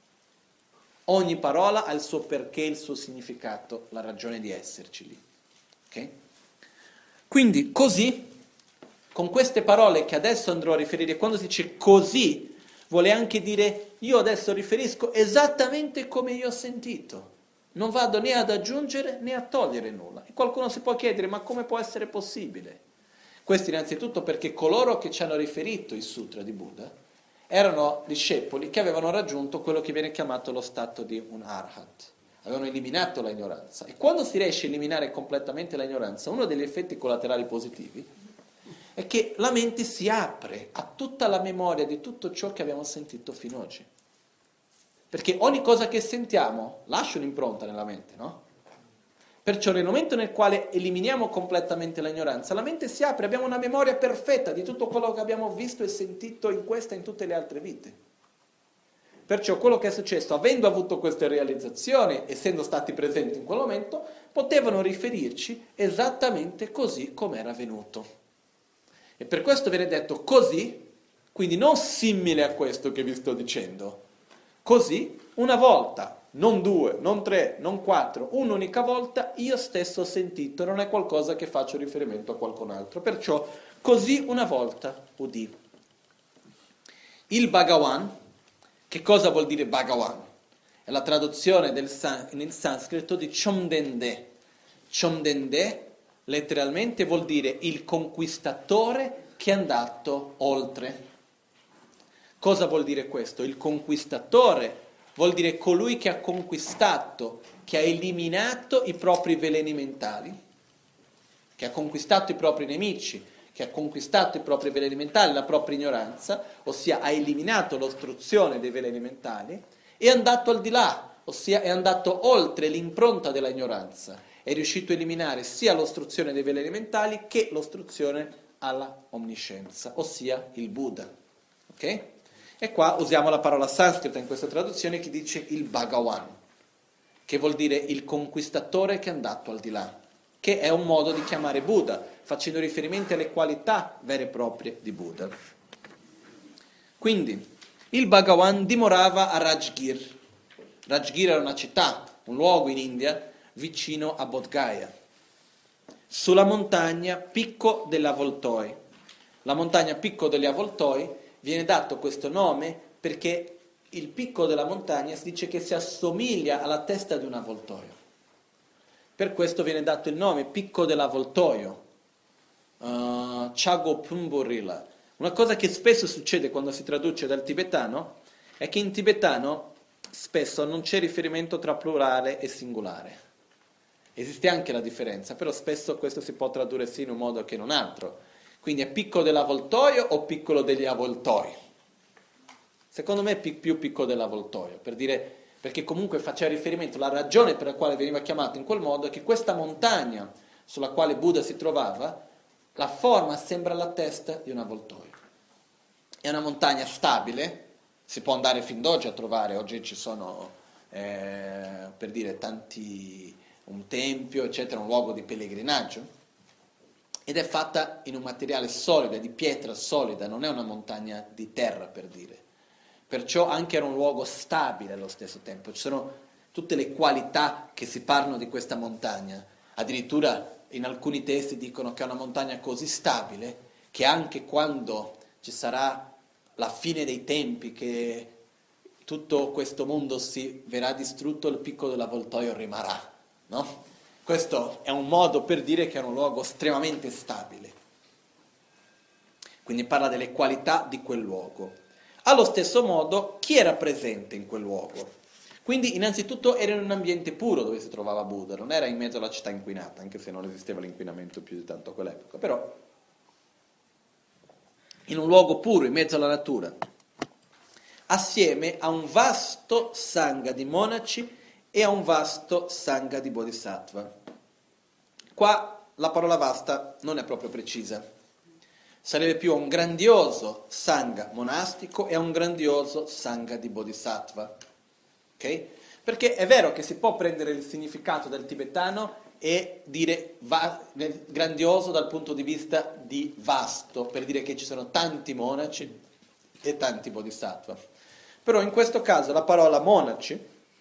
Ogni parola ha il suo perché, il suo significato, la ragione di esserci lì. Ok? Quindi così, con queste parole che adesso andrò a riferire, quando si dice così, vuole anche dire io adesso riferisco esattamente come io ho sentito. Non vado né ad aggiungere né a togliere nulla. E qualcuno si può chiedere, ma come può essere possibile? Questo innanzitutto perché coloro che ci hanno riferito i sutra di Buddha erano discepoli che avevano raggiunto quello che viene chiamato lo stato di un arhat. Avevano eliminato la ignoranza. E quando si riesce a eliminare completamente la ignoranza, uno degli effetti collaterali positivi è che la mente si apre a tutta la memoria di tutto ciò che abbiamo sentito fino ad oggi. Perché ogni cosa che sentiamo lascia un'impronta nella mente, no? Perciò nel momento nel quale eliminiamo completamente l'ignoranza, la mente si apre, abbiamo una memoria perfetta di tutto quello che abbiamo visto e sentito in questa e in tutte le altre vite. Perciò quello che è successo, avendo avuto queste realizzazioni, essendo stati presenti in quel momento, potevano riferirci esattamente così come era avvenuto. E per questo viene detto così, quindi non simile a questo che vi sto dicendo. Così, una volta, non due, non tre, non quattro, un'unica volta, io stesso ho sentito, non è qualcosa che faccio riferimento a qualcun altro. Perciò, così una volta udì. Il Bhagavan, che cosa vuol dire Bhagavan? È la traduzione nel sanscrito di Chomdende. Chomdende, letteralmente, vuol dire il conquistatore che è andato oltre. Cosa vuol dire questo? Il conquistatore vuol dire colui che ha conquistato che ha eliminato i propri veleni mentali, che ha conquistato i propri nemici, che ha conquistato i propri veleni mentali, la propria ignoranza, ossia ha eliminato l'ostruzione dei veleni mentali, è andato al di là, ossia è andato oltre l'impronta della ignoranza, è riuscito a eliminare sia l'ostruzione dei veleni mentali che l'ostruzione alla omniscienza, ossia il Buddha. Ok? E qua usiamo la parola sanscrita in questa traduzione che dice il Bhagavan, che vuol dire il conquistatore che è andato al di là, che è un modo di chiamare Buddha, facendo riferimento alle qualità vere e proprie di Buddha. Quindi, il Bhagavan dimorava a Rajgir. Rajgir era una città, un luogo in India, vicino a Bodh Gaya, sulla montagna Picco degli Avvoltoi. La montagna Picco degli Avvoltoi viene dato questo nome perché il picco della montagna si dice che si assomiglia alla testa di un avvoltoio. Per questo viene dato il nome Picco dell'Avvoltoio, Chago Pumburila. Una cosa che spesso succede quando si traduce dal tibetano è che in tibetano spesso non c'è riferimento tra plurale e singolare. Esiste anche la differenza, però spesso questo si può tradurre sia in un modo che in un altro. Quindi è Picco dell'Avvoltoio o Piccolo degli Avvoltoi? Secondo me è più Picco dell'Avvoltoio, per dire, perché comunque faceva riferimento, la ragione per la quale veniva chiamato in quel modo è che questa montagna sulla quale Buddha si trovava, la forma sembra la testa di un avvoltoio. È una montagna stabile, si può andare fin d'oggi a trovare, oggi ci sono, per dire, un tempio, eccetera, un luogo di pellegrinaggio, ed è fatta in un materiale solido, di pietra solida, non è una montagna di terra, per dire. Perciò anche era un luogo stabile allo stesso tempo. Ci sono tutte le qualità che si parlano di questa montagna. Addirittura in alcuni testi dicono che è una montagna così stabile che anche quando ci sarà la fine dei tempi, che tutto questo mondo si verrà distrutto, il picco dell'avvoltoio rimarrà, no? Questo è un modo per dire che è un luogo estremamente stabile. Quindi parla delle qualità di quel luogo. Allo stesso modo, chi era presente in quel luogo? Quindi, innanzitutto, era in un ambiente puro dove si trovava Buddha, non era in mezzo alla città inquinata, anche se non esisteva l'inquinamento più di tanto a quell'epoca, però in un luogo puro, in mezzo alla natura, assieme a un vasto sangha di monaci e a un vasto sangha di bodhisattva. Qua la parola vasta non è proprio precisa. Sarebbe più un grandioso sangha monastico e un grandioso sangha di bodhisattva. Ok? Perché è vero che si può prendere il significato del tibetano e dire grandioso dal punto di vista di vasto, per dire che ci sono tanti monaci e tanti bodhisattva. Però in questo caso la parola monaci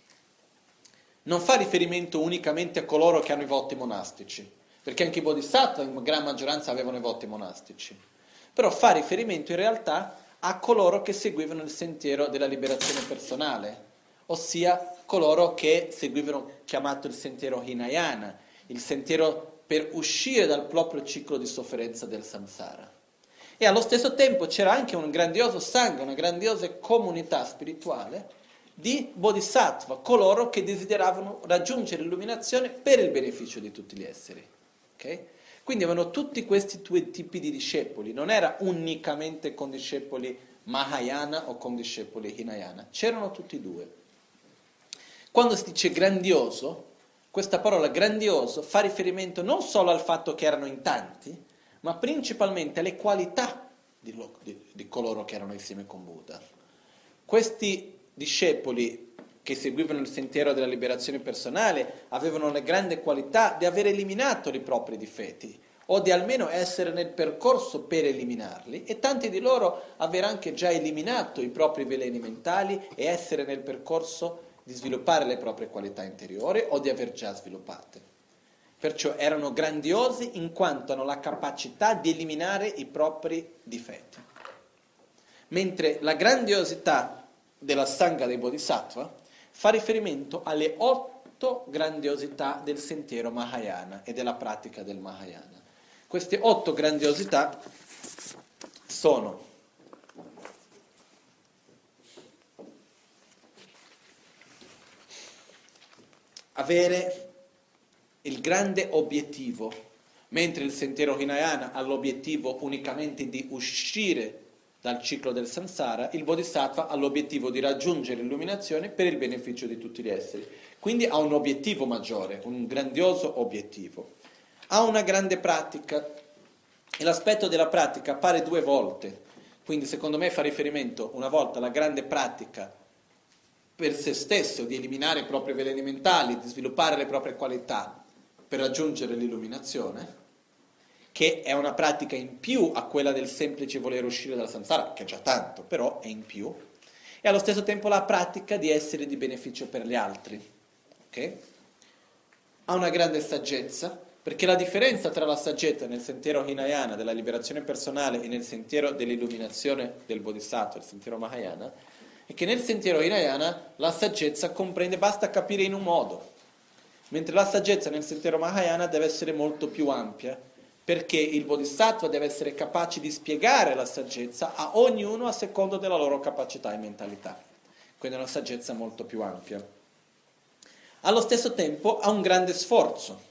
non fa riferimento unicamente a coloro che hanno i voti monastici, perché anche i bodhisattva in gran maggioranza avevano i voti monastici. Però fa riferimento in realtà a coloro che seguivano il sentiero della liberazione personale, ossia coloro che seguivano chiamato il sentiero Hinayana, il sentiero per uscire dal proprio ciclo di sofferenza del samsara. E allo stesso tempo c'era anche un grandioso sangha, una grandiosa comunità spirituale di bodhisattva, coloro che desideravano raggiungere l'illuminazione per il beneficio di tutti gli esseri. Okay? Quindi avevano tutti questi due tipi di discepoli, non era unicamente con discepoli Mahayana o con discepoli Hinayana, c'erano tutti e due. Quando si dice grandioso, questa parola grandioso fa riferimento non solo al fatto che erano in tanti, ma principalmente alle qualità di coloro che erano insieme con Buddha. Questi discepoli che seguivano il sentiero della liberazione personale avevano la grande qualità di aver eliminato i propri difetti o di almeno essere nel percorso per eliminarli, e tanti di loro aver anche già eliminato i propri veleni mentali e essere nel percorso di sviluppare le proprie qualità interiori o di aver già sviluppate. Perciò erano grandiosi in quanto hanno la capacità di eliminare i propri difetti. Mentre la grandiosità della sangha dei bodhisattva fa riferimento alle 8 grandiosità del sentiero Mahayana e della pratica del Mahayana. Queste 8 grandiosità sono avere il grande obiettivo, mentre il sentiero Hinayana ha l'obiettivo unicamente di uscire dal ciclo del samsara, il Bodhisattva ha l'obiettivo di raggiungere l'illuminazione per il beneficio di tutti gli esseri. Quindi ha un obiettivo maggiore, un grandioso obiettivo. Ha una grande pratica e l'aspetto della pratica appare 2 volte. Quindi secondo me fa riferimento una volta alla grande pratica per se stesso di eliminare i propri veleni mentali, di sviluppare le proprie qualità per raggiungere l'illuminazione, che è una pratica in più a quella del semplice voler uscire dal samsara, che è già tanto, però è in più, e allo stesso tempo la pratica di essere di beneficio per gli altri. Okay? Ha una grande saggezza, perché la differenza tra la saggezza nel sentiero Hinayana della liberazione personale e nel sentiero dell'illuminazione del Bodhisattva, il sentiero Mahayana, è che nel sentiero Hinayana la saggezza comprende, basta capire in un modo, mentre la saggezza nel sentiero Mahayana deve essere molto più ampia, perché il Bodhisattva deve essere capace di spiegare la saggezza a ognuno a secondo della loro capacità e mentalità. Quindi è una saggezza molto più ampia. Allo stesso tempo ha un grande sforzo,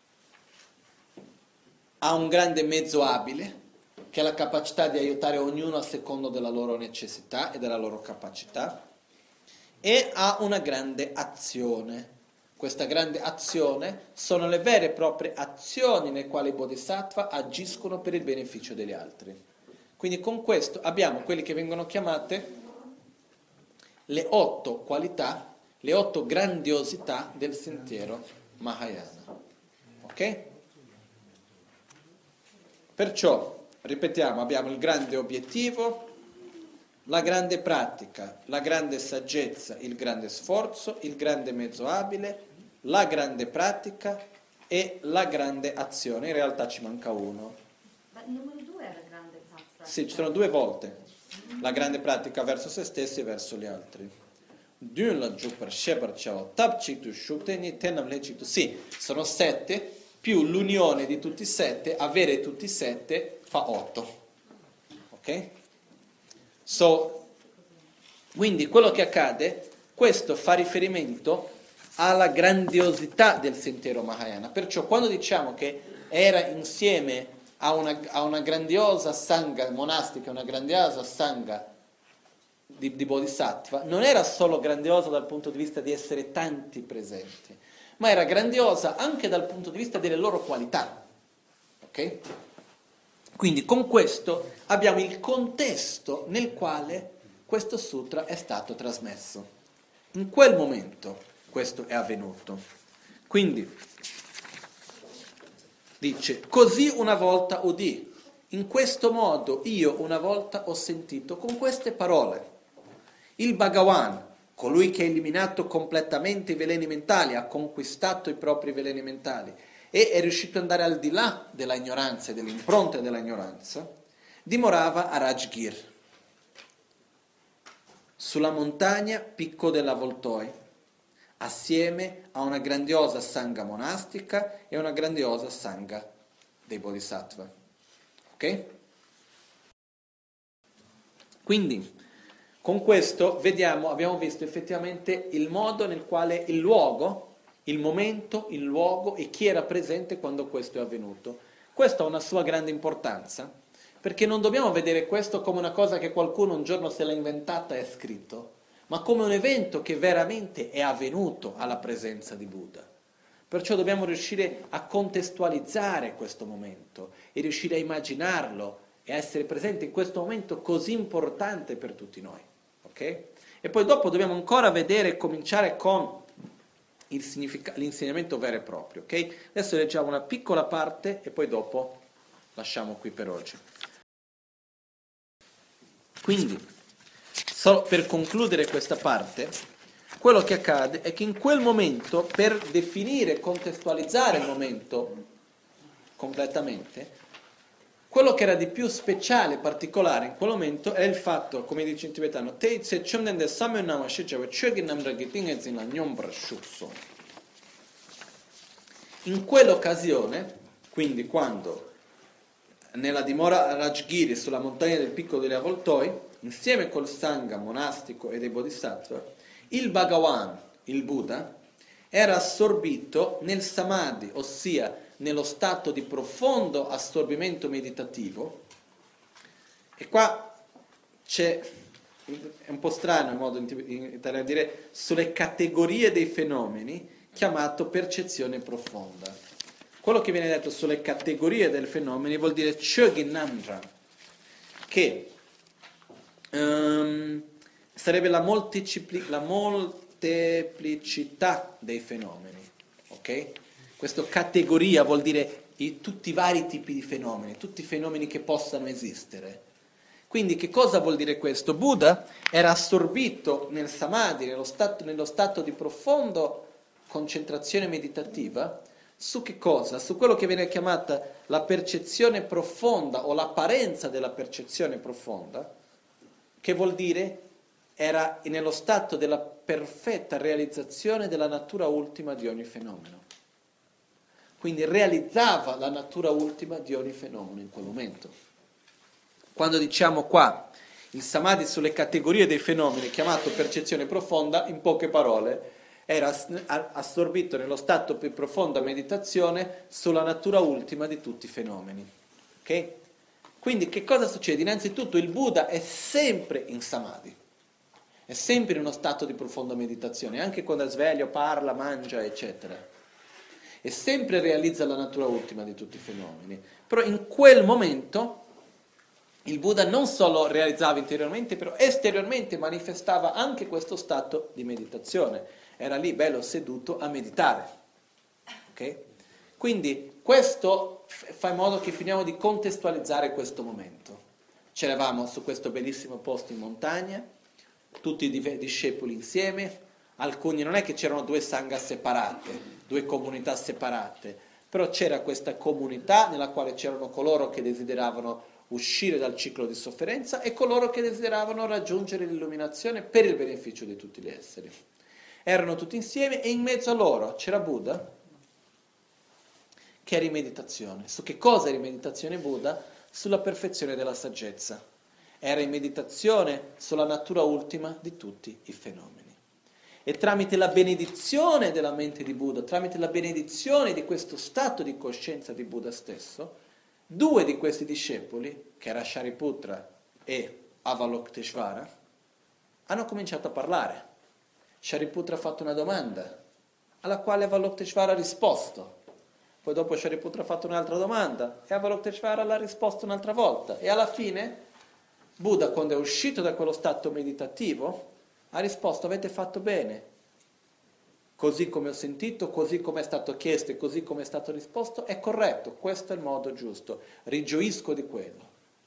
ha un grande mezzo abile, che ha la capacità di aiutare ognuno a secondo della loro necessità e della loro capacità, e ha una grande azione. Questa grande azione sono le vere e proprie azioni nelle quali i Bodhisattva agiscono per il beneficio degli altri. Quindi con questo abbiamo quelli che vengono chiamate le 8 qualità, le 8 grandiosità del sentiero Mahayana. Ok? Perciò, ripetiamo, abbiamo il grande obiettivo, la grande pratica, la grande saggezza, il grande sforzo, il grande mezzo abile, la grande pratica e la grande azione. In realtà ci manca uno. Ma il numero 2 è la grande pratica. Sì, ci sono 2 volte. La grande pratica verso se stessi e verso gli altri. Sì, sono 7, più l'unione di tutti i 7, avere tutti i 7 fa 8. Ok? Quindi quello che accade, questo fa riferimento alla grandiosità del sentiero Mahayana. Perciò quando diciamo che era insieme a una grandiosa sangha monastica, una grandiosa sangha di Bodhisattva, non era solo grandiosa dal punto di vista di essere tanti presenti, ma era grandiosa anche dal punto di vista delle loro qualità. Ok? Quindi con questo abbiamo il contesto nel quale questo sutra è stato trasmesso. In quel momento questo è avvenuto. Quindi dice, così una volta udì, in questo modo io una volta ho sentito, con queste parole, il Bhagavan, colui che ha eliminato completamente i veleni mentali, ha conquistato i propri veleni mentali e è riuscito ad andare al di là della ignoranza e dell'impronta della ignoranza, dimorava a Rajgir, sulla montagna Picco dell'Avvoltoi, assieme a una grandiosa sangha monastica e una grandiosa sangha dei Bodhisattva. Ok? Quindi, con questo abbiamo visto effettivamente il modo nel quale il luogo, il momento, il luogo e chi era presente quando questo è avvenuto. Questo ha una sua grande importanza, perché non dobbiamo vedere questo come una cosa che qualcuno un giorno se l'ha inventata e ha scritto, ma come un evento che veramente è avvenuto alla presenza di Buddha. Perciò dobbiamo riuscire a contestualizzare questo momento e riuscire a immaginarlo e a essere presenti in questo momento così importante per tutti noi. Okay? E poi dopo dobbiamo ancora vedere e cominciare con l'insegnamento vero e proprio. Okay? Adesso leggiamo una piccola parte e poi dopo lasciamo qui per oggi. Quindi, solo per concludere questa parte, quello che accade è che in quel momento, per definire e contestualizzare il momento completamente, quello che era di più speciale e particolare in quel momento è il fatto, come dice in tibetano, in quell'occasione, quindi quando nella dimora Rajgiri sulla montagna del Picco degli Avvoltoi, insieme col Sangha monastico e dei Bodhisattva, il Bhagavan, il Buddha, era assorbito nel samadhi, ossia nello stato di profondo assorbimento meditativo. E qua è un po' strano il modo in italiano di dire, sulle categorie dei fenomeni, chiamato percezione profonda. Quello che viene detto sulle categorie dei fenomeni vuol dire Choginamdra, che sarebbe la molteplicità dei fenomeni, ok? Questa categoria vuol dire tutti i vari tipi di fenomeni, tutti i fenomeni che possano esistere. Quindi che cosa vuol dire questo? Buddha era assorbito nel samadhi, nello stato di profondo concentrazione meditativa, su che cosa? Su quello che viene chiamata la percezione profonda o l'apparenza della percezione profonda, che vuol dire era nello stato della perfetta realizzazione della natura ultima di ogni fenomeno. Quindi realizzava la natura ultima di ogni fenomeno in quel momento. Quando diciamo qua il samadhi sulle categorie dei fenomeni, chiamato percezione profonda, in poche parole, era assorbito nello stato più profonda meditazione sulla natura ultima di tutti i fenomeni. Ok? Quindi che cosa succede? Innanzitutto il Buddha è sempre in samadhi, è sempre in uno stato di profonda meditazione, anche quando è sveglio, parla, mangia, eccetera. E sempre realizza la natura ultima di tutti i fenomeni. Però in quel momento il Buddha non solo realizzava interiormente, però esteriormente manifestava anche questo stato di meditazione. Era lì bello seduto a meditare. Ok? Quindi questo fa in modo che finiamo di contestualizzare questo momento. C'eravamo su questo bellissimo posto in montagna, tutti i discepoli insieme, alcuni non è che c'erano due sangha separate, due comunità separate, però c'era questa comunità nella quale c'erano coloro che desideravano uscire dal ciclo di sofferenza e coloro che desideravano raggiungere l'illuminazione per il beneficio di tutti gli esseri. Erano tutti insieme e in mezzo a loro c'era Buddha che era in meditazione. Su che cosa era in meditazione Buddha? Sulla perfezione della saggezza. Era in meditazione sulla natura ultima di tutti i fenomeni. E tramite la benedizione della mente di Buddha, tramite la benedizione di questo stato di coscienza di Buddha stesso, due di questi discepoli, che era Shariputra e Avalokiteshvara, hanno cominciato a parlare. Shariputra ha fatto una domanda, alla quale Avalokiteshvara ha risposto. Poi dopo Shariputra ha fatto un'altra domanda e Avalokiteshvara l'ha risposto un'altra volta. E alla fine Buddha, quando è uscito da quello stato meditativo, ha risposto: avete fatto bene. Così come ho sentito, così come è stato chiesto e così come è stato risposto, è corretto, questo è il modo giusto, rigioisco di quello.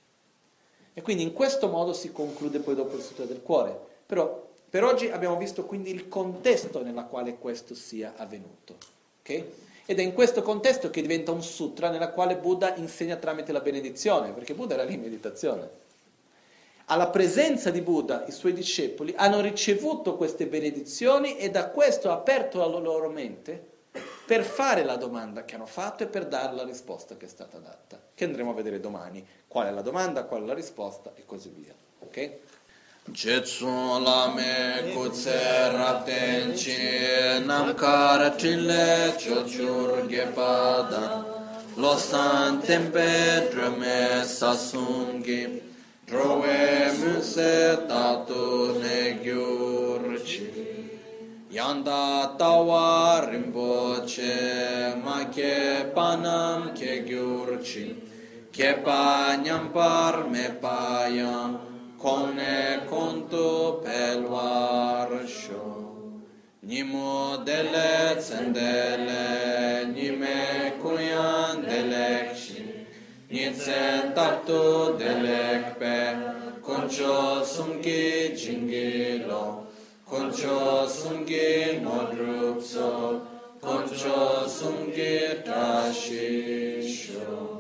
E quindi in questo modo si conclude poi dopo il Sutra del Cuore. Però per oggi abbiamo visto quindi il contesto nella quale questo sia avvenuto. Ok? Ed è in questo contesto che diventa un sutra nella quale Buddha insegna tramite la benedizione, perché Buddha era lì in meditazione. Alla presenza di Buddha, i suoi discepoli hanno ricevuto queste benedizioni e da questo ha aperto la loro mente per fare la domanda che hanno fatto e per dare la risposta che è stata data, che andremo a vedere domani. Qual è la domanda, qual è la risposta e così via. Ok? Jetsu lame kutse rapten chi namkar chile chochur gepada losan tempe drame sasungi drove munse tatu ne gyurchi yanda tawa rimboche ma ke panam ke gyurchi ke pa nyampar me payam Kone konto pelvarsho Nimo dele tsendele Nime kuyan delekshi Nitse tapto delekpe Koncho sumki jingilo Koncho sumki nodrupso Koncho sumki trashisho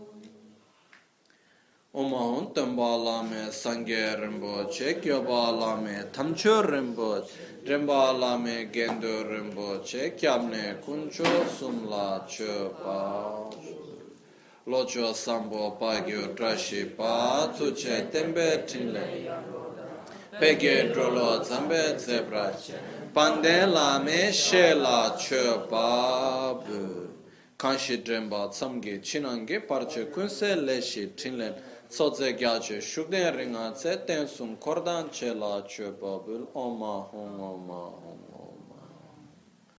Om Tamba Lame Sangye Rinpoche, Kyoba Lame Tamcho Rinpoche, Rinpa Lame Gendo Rinpoche, Kyabne Kuncho Sumla Chopa. Locho Sambo Pagyo Trashi Pa, Tuche Tembe Tinle. Peghe drolo zambe zebrace Pande la me she la che babu Kanshi dremba tsamge chinange Parche kunse le shi tinlen Soze gyache shukden ringa tse Tensum kordan che la che babul Oma hong oma hong